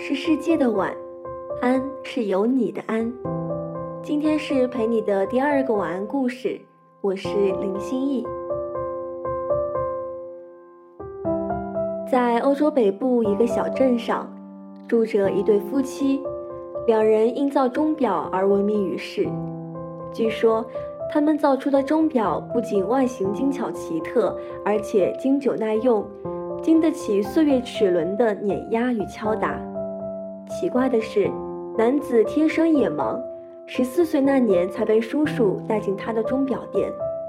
是世界的晚，安是有你的安。今天是陪你的第2个晚安故事，我是林心逸。在欧洲北部一个小镇上，住着一对夫妻，两人因造钟表而闻名于世。据说他们造出的钟表不仅外形精巧奇特，而且经久耐用，经得起岁月齿轮的碾压与敲打。奇怪的是，男子天生眼盲，14岁那年才被叔叔带进他的钟表店。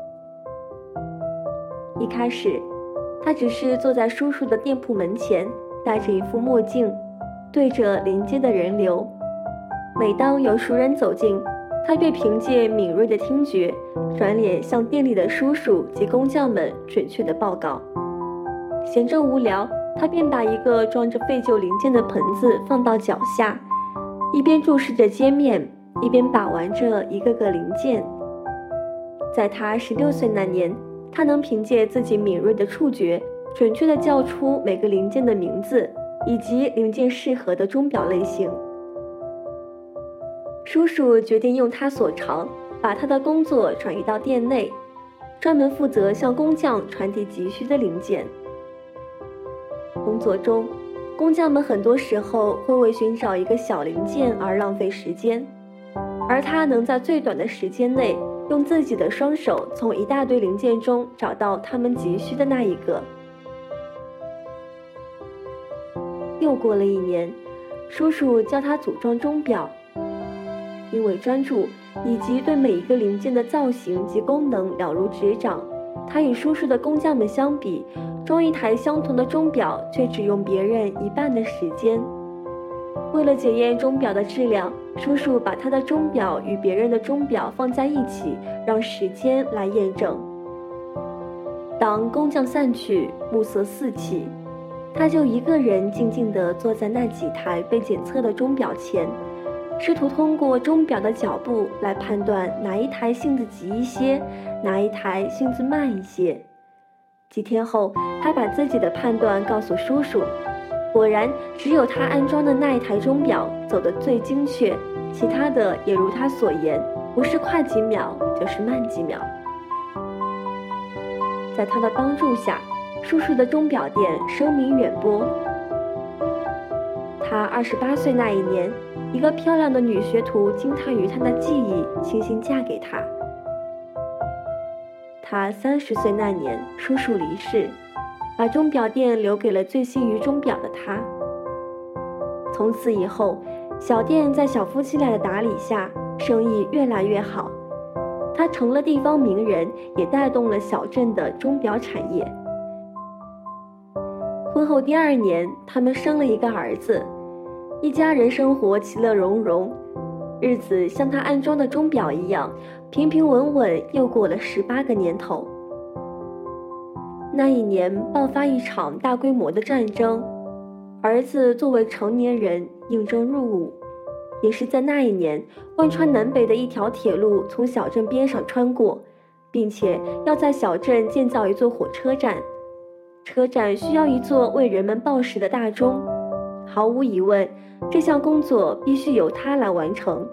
一开始，他只是坐在叔叔的店铺门前，戴着一副墨镜，对着临街的人流。每当有熟人走近，他便凭借敏锐的听觉，转脸向店里的叔叔及工匠们准确地报告。闲着无聊，他便把一个装着废旧零件的盆子放到脚下，一边注视着街面，一边把玩着一个个零件。在他16岁那年，他能凭借自己敏锐的触觉，准确地叫出每个零件的名字，以及零件适合的钟表类型。叔叔决定用他所长，把他的工作转移到店内，专门负责向工匠传递急需的零件。工作中，工匠们很多时候会为寻找一个小零件而浪费时间，而他能在最短的时间内，用自己的双手从一大堆零件中找到他们急需的那一个。又过了1年，叔叔教他组装钟表。因为专注以及对每一个零件的造型及功能了如指掌，他与叔叔的工匠们相比，装一台相同的钟表却只用别人1半的时间。为了检验钟表的质量，叔叔把他的钟表与别人的钟表放在一起，让时间来验证。当工匠散去，暮色四起，他就一个人静静地坐在那几台被检测的钟表前，试图通过钟表的脚步来判断哪一台性子急一些，哪一台性子慢一些。几天后，他把自己的判断告诉叔叔，果然只有他安装的那一台钟表走得最精确，其他的也如他所言，不是快几秒就是慢几秒。在他的帮助下，叔叔的钟表店声名远播。他28岁那一年，一个漂亮的女学徒惊叹于他的技艺，倾心嫁给他。他30岁那年，叔叔离世，把钟表店留给了醉心于钟表的他。从此以后，小店在小夫妻俩的打理下，生意越来越好。他成了地方名人，也带动了小镇的钟表产业。婚后第2年，他们生了一个儿子，一家人生活其乐融融，日子像他安装的钟表一样，平平稳稳又过了18个年头。那一年爆发一场大规模的战争，儿子作为成年人应征入伍。也是在那一年，贯穿南北的一条铁路从小镇边上穿过，并且要在小镇建造一座火车站。车站需要一座为人们报时的大钟，毫无疑问，这项工作必须由他来完成。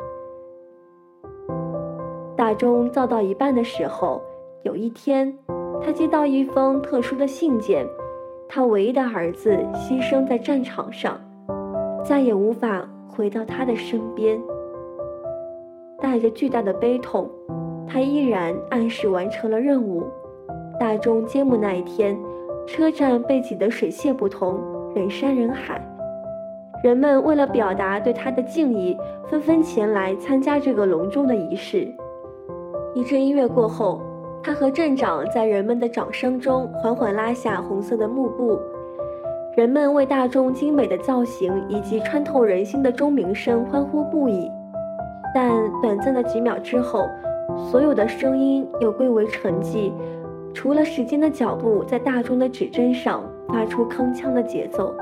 大钟造到一半的时候，有一天，他接到一封特殊的信件，他唯一的儿子牺牲在战场上，再也无法回到他的身边。带着巨大的悲痛，他依然按时完成了任务。大钟揭幕那一天，车站被挤得水泄不通，人山人海。人们为了表达对他的敬意，纷纷前来参加这个隆重的仪式。一阵音乐过后，他和镇长在人们的掌声中缓缓拉下红色的幕布。人们为大钟精美的造型以及穿透人心的钟鸣声欢呼不已。但短暂的几秒之后，所有的声音又归为沉寂，除了时间的脚步在大钟的指针上发出铿锵的节奏。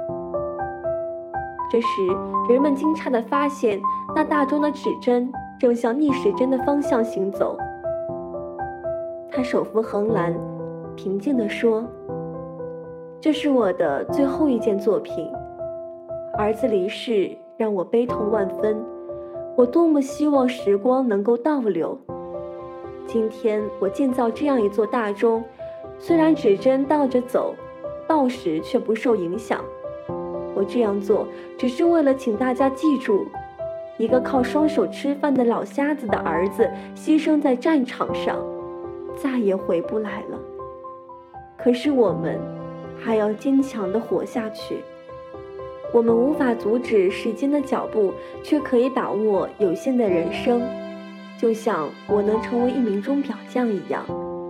这时，人们惊诧地发现，那大钟的指针正向逆时针的方向行走。他手扶横栏，平静地说：“这是我的最后一件作品， 儿子离世让我悲痛万分，我多么希望时光能够倒流。今天我建造这样一座大钟，虽然指针倒着走，报时却不受影响。我这样做只是为了请大家记住，一个靠双手吃饭的老瞎子的儿子牺牲在战场上，再也回不来了。可是我们还要坚强地活下去。我们无法阻止时间的脚步，却可以把握有限的人生，就像我能成为一名钟表匠一样。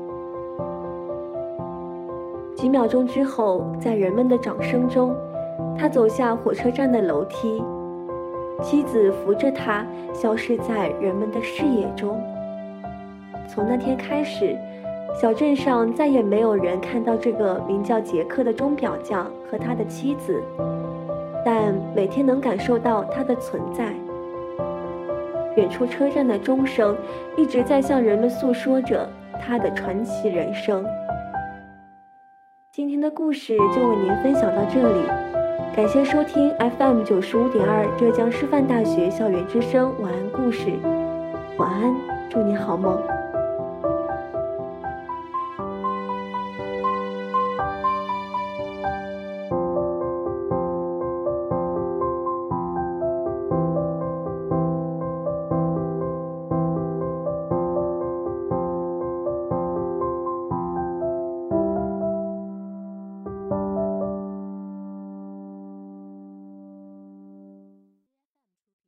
几秒钟之后，在人们的掌声中，他走下火车站的楼梯，妻子扶着他消失在人们的视野中。从那天开始，小镇上再也没有人看到这个名叫杰克的钟表匠和他的妻子，但每天能感受到他的存在。远处车站的钟声一直在向人们诉说着他的传奇人生。今天的故事就为您分享到这里，感谢收听 FM 95.2浙江师范大学校园之声晚安故事。晚安，祝你好梦。